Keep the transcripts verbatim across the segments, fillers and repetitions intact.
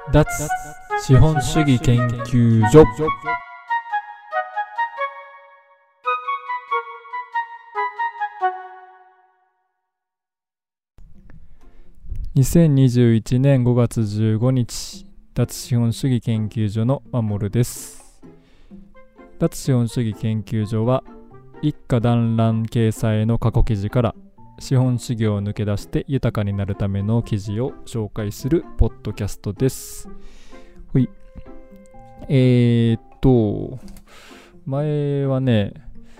脱資本主義研究所。にせんにじゅういちねんごがつじゅうごにち、脱資本主義研究所のまもるです。脱資本主義研究所は一家団らん掲載の過去記事から資本主義を抜け出して豊かになるための記事を紹介するポッドキャストです。ほい。えーっと、前はね、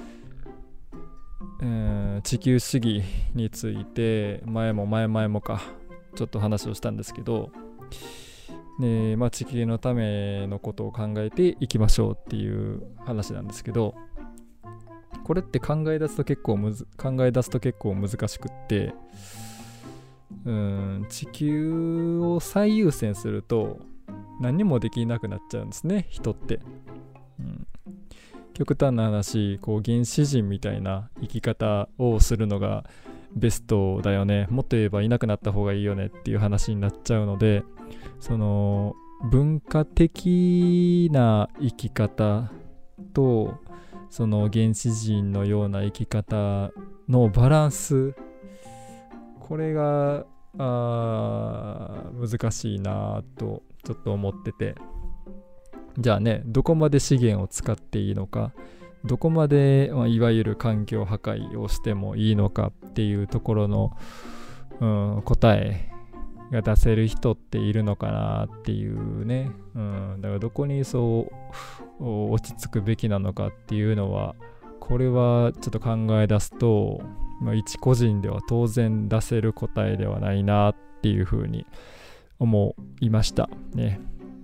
えー、地球主義について前も前々もかちょっと話をしたんですけど、ねまあ、地球のためのことを考えていきましょうっていう話なんですけど、これって考え出すと結構むず考え出すと結構難しくって、うーん地球を最優先すると何もできなくなっちゃうんですね、人って。うん、極端な話、こう原始人みたいな生き方をするのがベストだよね、もっと言えばいなくなった方がいいよねっていう話になっちゃうので、その文化的な生き方とその原始人のような生き方のバランス、これがあ難しいなとちょっと思ってて、じゃあね、どこまで資源を使っていいのか、どこまで、まあ、いわゆる環境破壊をしてもいいのかっていうところの、うん、答えが出せる人っているのかなっていうね、うん、だからどこにそう落ち着くべきなのかっていうのは、これはちょっと考え出すと、まあ、一個人では当然出せる答えではないなっていうふうに思いましたね。うん、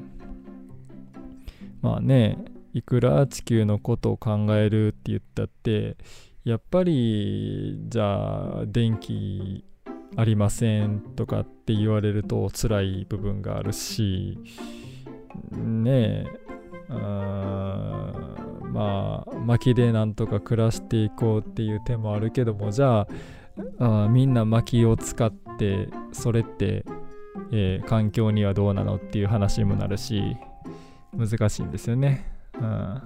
まあね、いくら地球のことを考えるって言ったって、やっぱりじゃあ電気ありませんとかって言われると辛い部分があるしねえ、あまあ薪でなんとか暮らしていこうっていう手もあるけども、じゃあ、あみんな薪を使ってそれって、えー、環境にはどうなのっていう話にもなるし、難しいんですよね。うん、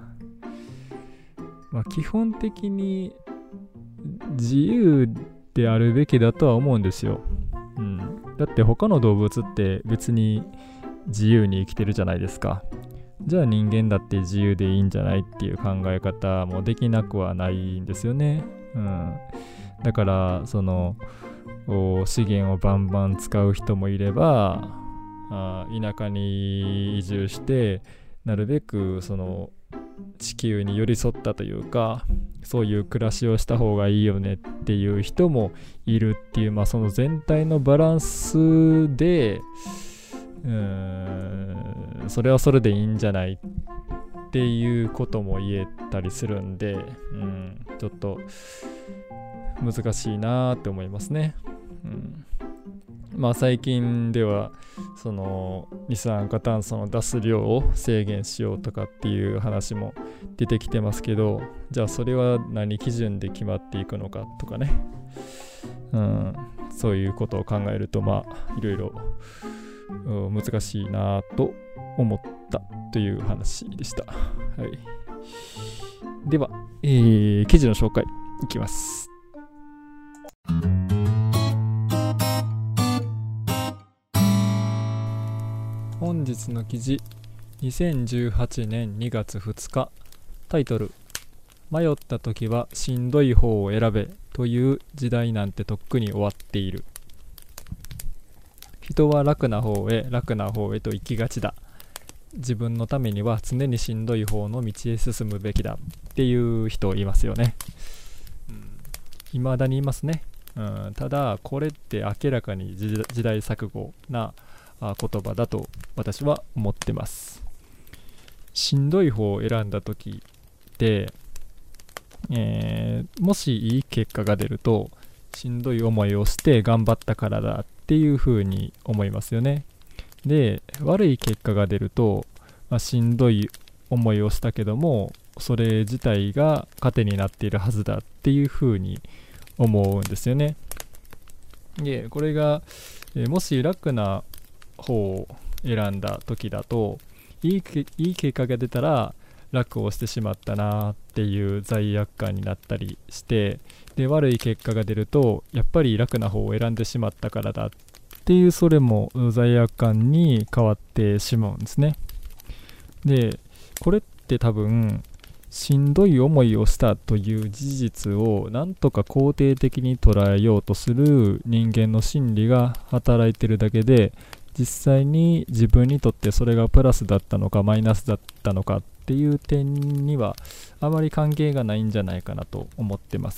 まあ基本的に自由であるべきだとは思うんですよ。うん、だって他の動物って別に自由に生きてるじゃないですか。じゃあ人間だって自由でいいんじゃないっていう考え方もできなくはないんですよね。うん、だからその資源をバンバン使う人もいれば、あ田舎に移住してなるべくその地球に寄り添ったというか、そういう暮らしをした方がいいよねっていう人もいるっていう、まあその全体のバランスで、うーんそれはそれでいいんじゃないっていうことも言えたりするんで、うん、ちょっと難しいなって思いますね。うん、まあ最近ではその二酸化炭素の出す量を制限しようとかっていう話も出てきてますけど、じゃあそれは何基準で決まっていくのかとかね、うん、そういうことを考えると、まあいろいろ難しいなと思ったという話でした。はい、では、えー、記事の紹介いきます。本日の記事、にせんじゅうはちねんにがつふつか、タイトル、迷った時はしんどい方を選べという時代なんてとっくに終わっている。人は楽な方へ楽な方へと行きがちだ。自分のためには常にしんどい方の道へ進むべきだっていう人いますよね。うん、未だにいますね。うん、ただこれって明らかに時代錯誤な言葉だと私は思ってます。しんどい方を選んだ時って、えー、もしいい結果が出るとしんどい思いをして頑張ったからだっていう風に思いますよね。で、悪い結果が出ると、まあ、しんどい思いをしたけどもそれ自体が糧になっているはずだっていう風に思うんですよね。で、これが、えー、もし楽な方選んだ時だといいけ、いい結果が出たら楽をしてしまったなっていう罪悪感になったりして、で悪い結果が出るとやっぱり楽な方を選んでしまったからだっていう、それも罪悪感に変わってしまうんですね。でこれって多分しんどい思いをしたという事実をなんとか肯定的に捉えようとする人間の心理が働いてるだけで、実際に自分にとってそれがプラスだったのかマイナスだったのかっていう点にはあまり関係がないんじゃないかなと思ってます。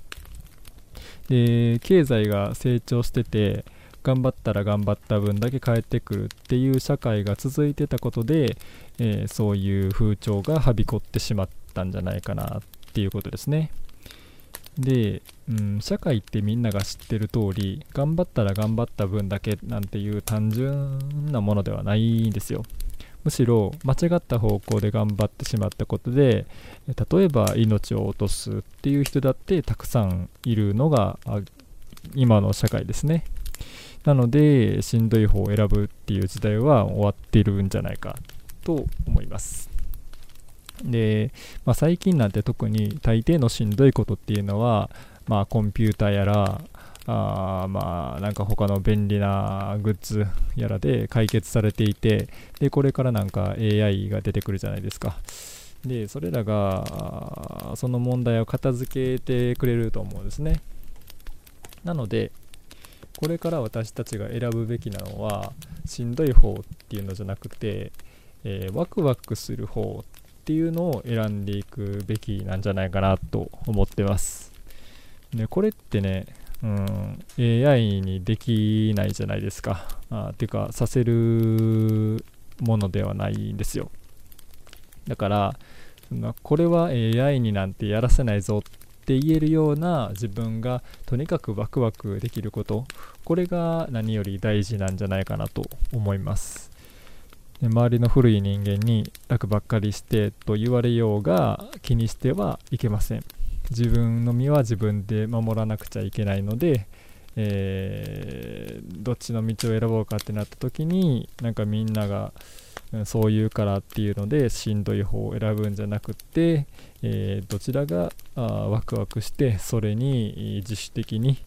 で経済が成長してて頑張ったら頑張った分だけ返ってくるっていう社会が続いてたことで、えー、そういう風潮がはびこってしまったんじゃないかなっていうことですね。で、うん、社会ってみんなが知ってる通り頑張ったら頑張った分だけなんていう単純なものではないんですよ。むしろ間違った方向で頑張ってしまったことで、例えば命を落とすっていう人だってたくさんいるのが今の社会ですね。なのでしんどい方を選ぶっていう時代は終わっているんじゃないかと思います。で、まあ、最近なんて特に大抵のしんどいことっていうのは、まあ、コンピューターやらあまあなんか他の便利なグッズやらで解決されていて、でこれからなんか エーアイ が出てくるじゃないですか。でそれらがその問題を片付けてくれると思うんですね。なのでこれから私たちが選ぶべきなのはしんどい方っていうのじゃなくて、えー、ワクワクする方っていうのを選んでいくべきなんじゃないかなと思ってます。でこれってね、うん、エーアイ にできないじゃないですか。あてかさせるものではないんですよ。だからこれは エーアイ になんてやらせないぞって言えるような自分がとにかくワクワクできること、これが何より大事なんじゃないかなと思います。で周りの古い人間に楽ばっかりしてと言われようが気にしてはいけません。自分の身は自分で守らなくちゃいけないので、えー、どっちの道を選ぼうかってなった時になんかみんながそう言うからっていうのでしんどい方を選ぶんじゃなくて、えー、どちらがあワクワクしてそれに自主的に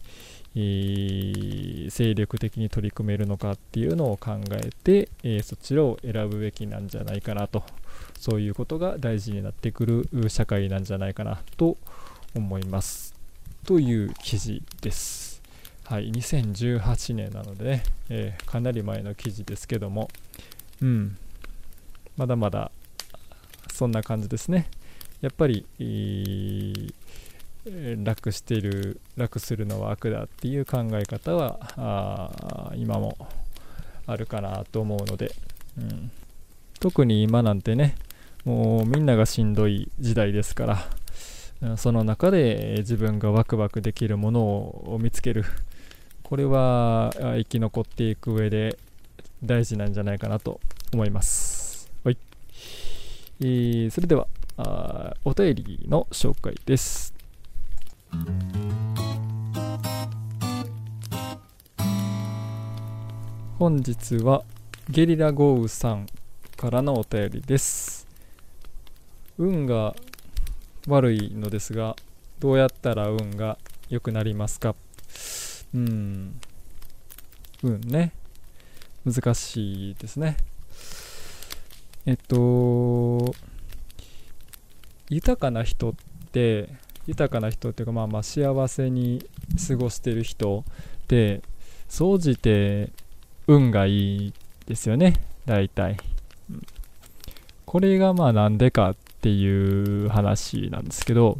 精力的に取り組めるのかっていうのを考えて、えー、そちらを選ぶべきなんじゃないかなと、そういうことが大事になってくる社会なんじゃないかなと思いますという記事です。はい、にせんじゅうはちねんなのでね、えー、かなり前の記事ですけども、うんまだまだそんな感じですね。やっぱり、えー、楽している楽するのは悪だっていう考え方はあ今もあるかなと思うので、うん、特に今なんてねもうみんながしんどい時代ですから、その中で自分がワクワクできるものを見つける、これは生き残っていく上で大事なんじゃないかなと思います。はい、えー、それではあお便りの紹介です。本日はゲリラ豪雨さんからのお便りです。運が悪いのですがどうやったら運が良くなりますか？うーん運ね、難しいですね。えっと豊かな人って豊かな人っていうかまあまあ幸せに過ごしてる人って総じて運がいいですよね、大体。これがまあなんでかっていう話なんですけど、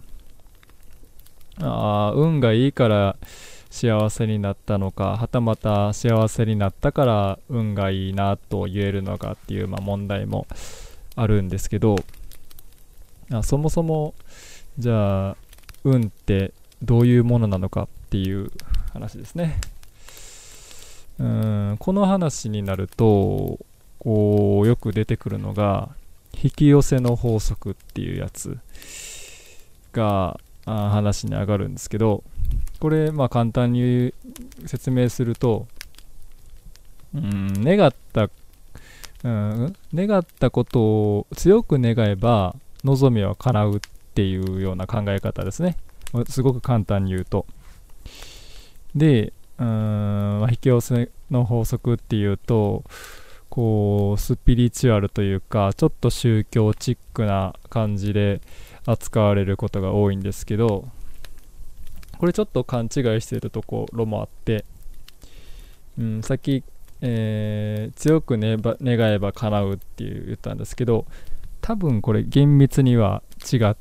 あ運がいいから幸せになったのか、はたまた幸せになったから運がいいなと言えるのかっていう、まあ、問題もあるんですけど、あそもそもじゃあ運ってどういうものなのかっていう話ですね。うーんこの話になるとこうよく出てくるのが引き寄せの法則っていうやつが話に上がるんですけど、これまあ簡単に説明すると、うん願ったうん、願ったことを強く願えば望みは叶うっていうような考え方ですね。すごく簡単に言うと。で、うーん、まあ、引き寄せの法則っていうと、こうスピリチュアルというかちょっと宗教チックな感じで扱われることが多いんですけど、これちょっと勘違いしているところもあって、うん、さっき、えー強く、ね、ば願えば叶うっていう言ったんですけど、多分これ厳密には違って、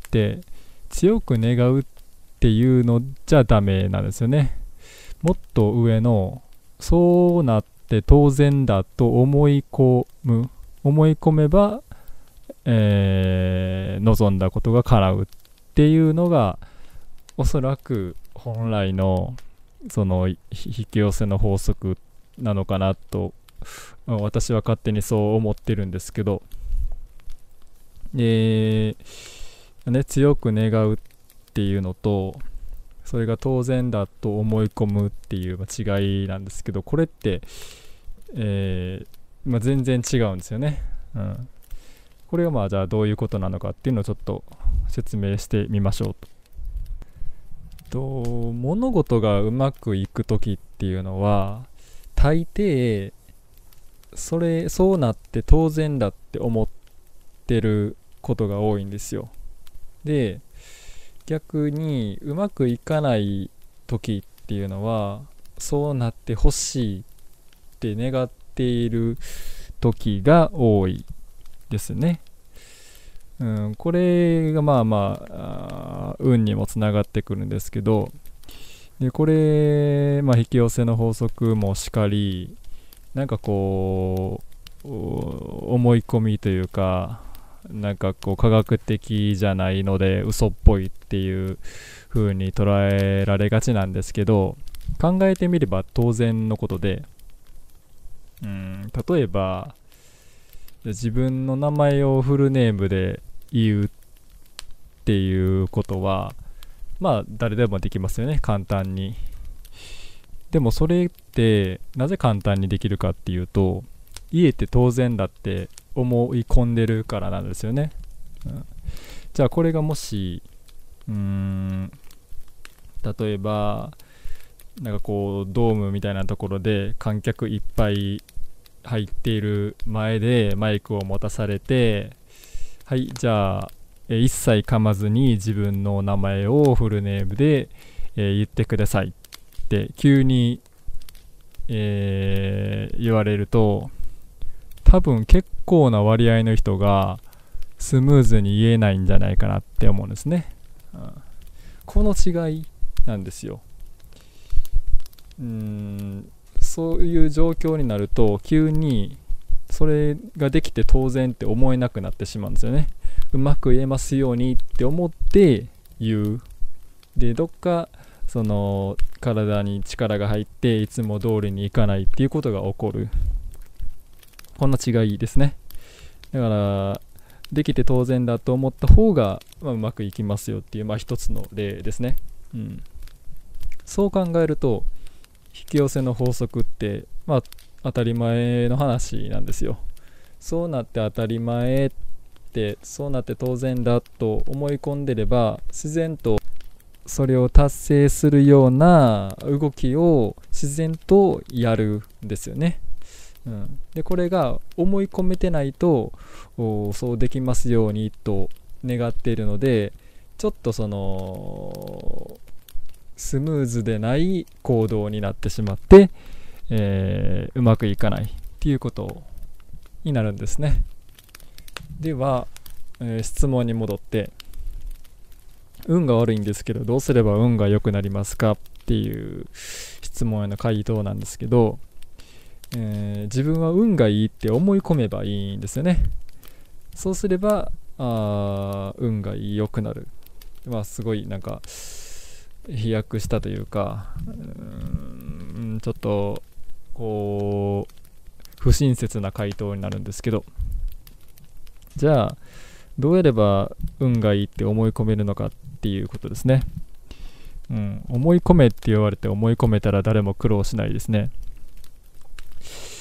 強く願うっていうのじゃダメなんですよね。もっと上の、そうなって当然だと思い込む思い込めば、えー望んだことが叶うっていうのがおそらく本来のその引き寄せの法則なのかなと、私は勝手にそう思ってるんですけど、えーね、強く願うっていうのとそれが当然だと思い込むっていう違いなんですけど、これって、えーまあ、全然違うんですよね。うん、これがまあじゃあどういうことなのかっていうのをちょっと説明してみましょうと。と物事がうまくいく時っていうのは大抵それそうなって当然だって思ってることが多いんですよ。で、逆にうまくいかない時っていうのはそうなってほしいって願っている時が多いですね。うん、これがまあまあ、あ運にもつながってくるんですけど、でこれ、まあ、引き寄せの法則もしかり、なんかこう思い込みというか、なんかこう科学的じゃないので嘘っぽいっていう風に捉えられがちなんですけど、考えてみれば当然のことで、うん、例えば自分の名前をフルネームで言うっていうことはまあ誰でもできますよね、簡単に。でもそれってなぜ簡単にできるかっていうと、言えて当然だって思い込んでるからなんですよね。うん、じゃあこれがもしうーん例えばなんかこうドームみたいなところで観客いっぱい入っている前でマイクを持たされて、はいじゃあえ一切噛まずに自分の名前をフルネームで、えー言ってくださいって急に、えー言われると、多分結構な割合の人がスムーズに言えないんじゃないかなって思うんですね。うん、この違いなんですよ。うーんそういう状況になると急にそれができて当然って思えなくなってしまうんですよね。うまく言えますようにって思って言う。でどっかその体に力が入っていつも通りにいかないっていうことが起こる。こんな違いですね。だからできて当然だと思った方が、まあ、うまくいきますよっていう、まあ、一つの例ですね。うん、そう考えると引き寄せの法則って、まあ、当たり前の話なんですよ。そうなって当たり前って、そうなって当然だと思い込んでれば自然とそれを達成するような動きを自然とやるんですよね。うん、でこれが思い込めてないとそうできますようにと願っているので、ちょっとそのスムーズでない行動になってしまって、えーうまくいかないっていうことになるんですね。では、えー質問に戻って、運が悪いんですけどどうすれば運が良くなりますかっていう質問への回答なんですけど、えー自分は運がいいって思い込めばいいんですよね。そうすればあ運が良くなる。まあすごいなんか飛躍したというか、うーんちょっとこう不親切な回答になるんですけど、じゃあどうやれば運がいいって思い込めるのかっていうことですね。うん、思い込めって言われて思い込めたら誰も苦労しないですね。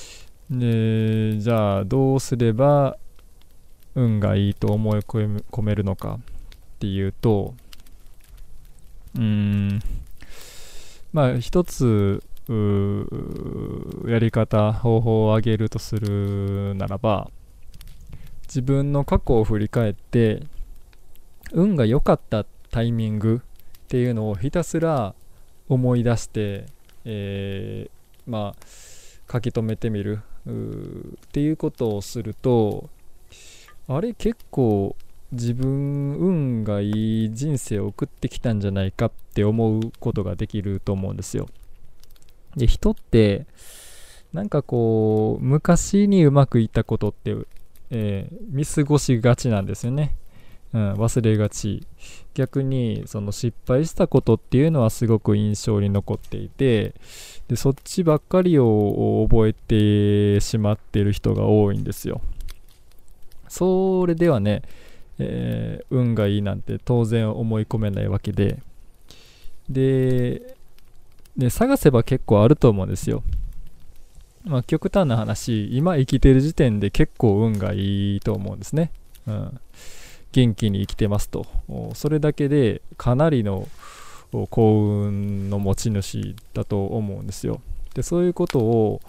で、じゃあどうすれば運がいいと思い込めるのかっていうと、うーんまあ一つやり方方法を挙げるとするならば、自分の過去を振り返って運が良かったタイミングっていうのをひたすら思い出して、えー、まあ書き留めてみるっていうことをすると、あれ結構自分運がいい人生を送ってきたんじゃないかって思うことができると思うんですよ。で、人ってなんかこう昔にうまくいったことって、えー、見過ごしがちなんですよね。うん、忘れがち。逆にその失敗したことっていうのはすごく印象に残っていて、でそっちばっかりを覚えてしまっている人が多いんですよ。それではね、えー、運がいいなんて当然思い込めないわけで、でで探せば結構あると思うんですよ。まあ極端な話、今生きてる時点で結構運がいいと思うんですね。うん、元気に生きてますと、それだけでかなりの幸運の持ち主だと思うんですよ。でそういうことを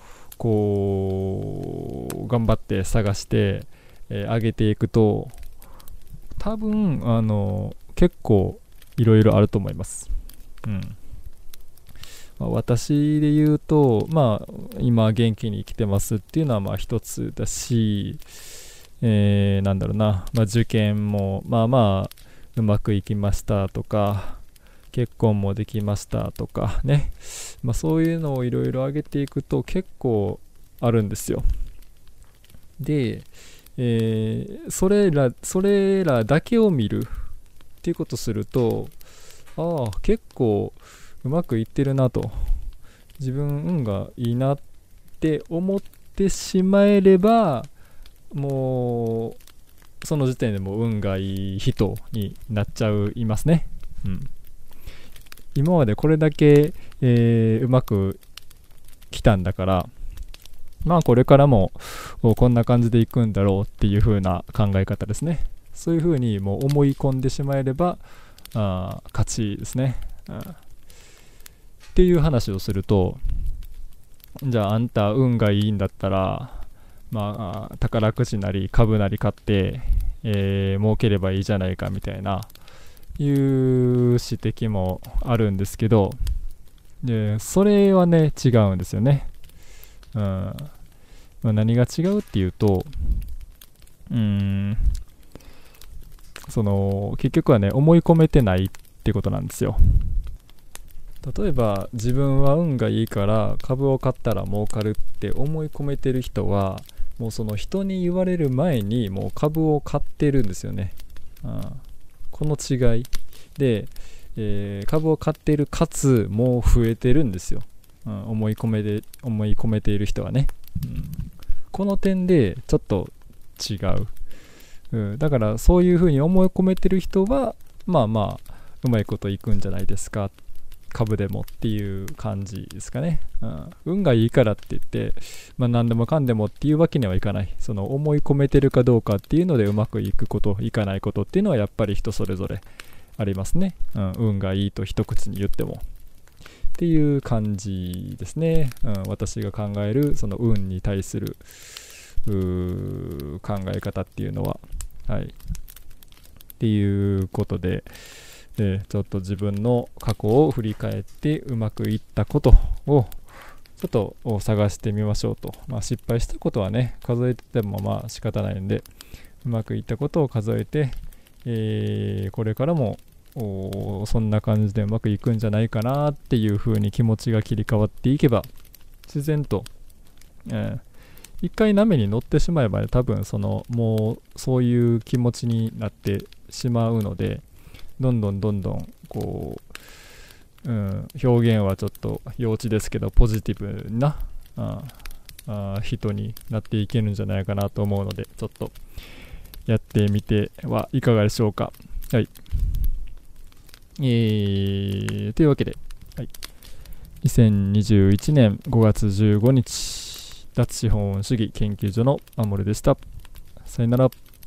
こう頑張って探してえー、上げていくと、多分あの結構いろいろあると思います。うんまあ、私で言うと、まあ今元気に生きてますっていうのはまあ一つだし、えー、なんだろうな、まあ、受験もまあまあうまくいきましたとか、結婚もできましたとかね、まあ、そういうのをいろいろ上げていくと結構あるんですよ。でえー、それらそれらだけを見るっていうことすると、ああ結構うまくいってるなと、自分運がいいなって思ってしまえれば、もうその時点でもう運がいい人になっちゃいますね。うん、今までこれだけ、えー、うまくきたんだから、まあこれからもこんな感じでいくんだろうっていう風な考え方ですね。そういう風にもう思い込んでしまえればあ勝ちですね、うん。っていう話をすると、じゃああんた運がいいんだったら、まあ宝くじなり株なり買って、えー、儲ければいいじゃないかみたいないう指摘もあるんですけど、でそれはね違うんですよね。うんまあ、何が違うっていうと、うーんその結局はね思い込めてないってことなんですよ。例えば自分は運がいいから株を買ったら儲かるって思い込めてる人は、もうその人に言われる前にもう株を買ってるんですよね。うん、この違いで、えー、株を買っているかつもう増えてるんですよ。うん、思い込めで思い込めている人はね、うん、この点でちょっと違う、うん、だからそういうふうに思い込めてる人はまあまあうまいこといくんじゃないですか、株でもっていう感じですかね。うん、運がいいからって言って、まあ、何でもかんでもっていうわけにはいかない。その思い込めてるかどうかっていうのでうまくいくこといかないことっていうのはやっぱり人それぞれありますね。うん、運がいいと一口に言ってもっていう感じですね。うん、私が考えるその運に対する考え方っていうのは、はい、っていうことで、でちょっと自分の過去を振り返ってうまくいったことをちょっと探してみましょうと。まあ、失敗したことはね数えててもまあ仕方ないんで、うまくいったことを数えて、えー、これからもそんな感じでうまくいくんじゃないかなっていう風に気持ちが切り替わっていけば、自然と、えー、一回波に乗ってしまえば、ね、多分そのもうそういう気持ちになってしまうので、どんどんどんどんこう、うん、表現はちょっと幼稚ですけどポジティブなああ人になっていけるんじゃないかなと思うので、ちょっとやってみてはいかがでしょうか。はい。えー、というわけで、はい、にせんにじゅういちねんごがつじゅうごにち脱資本主義研究所のアモルでした。さよなら。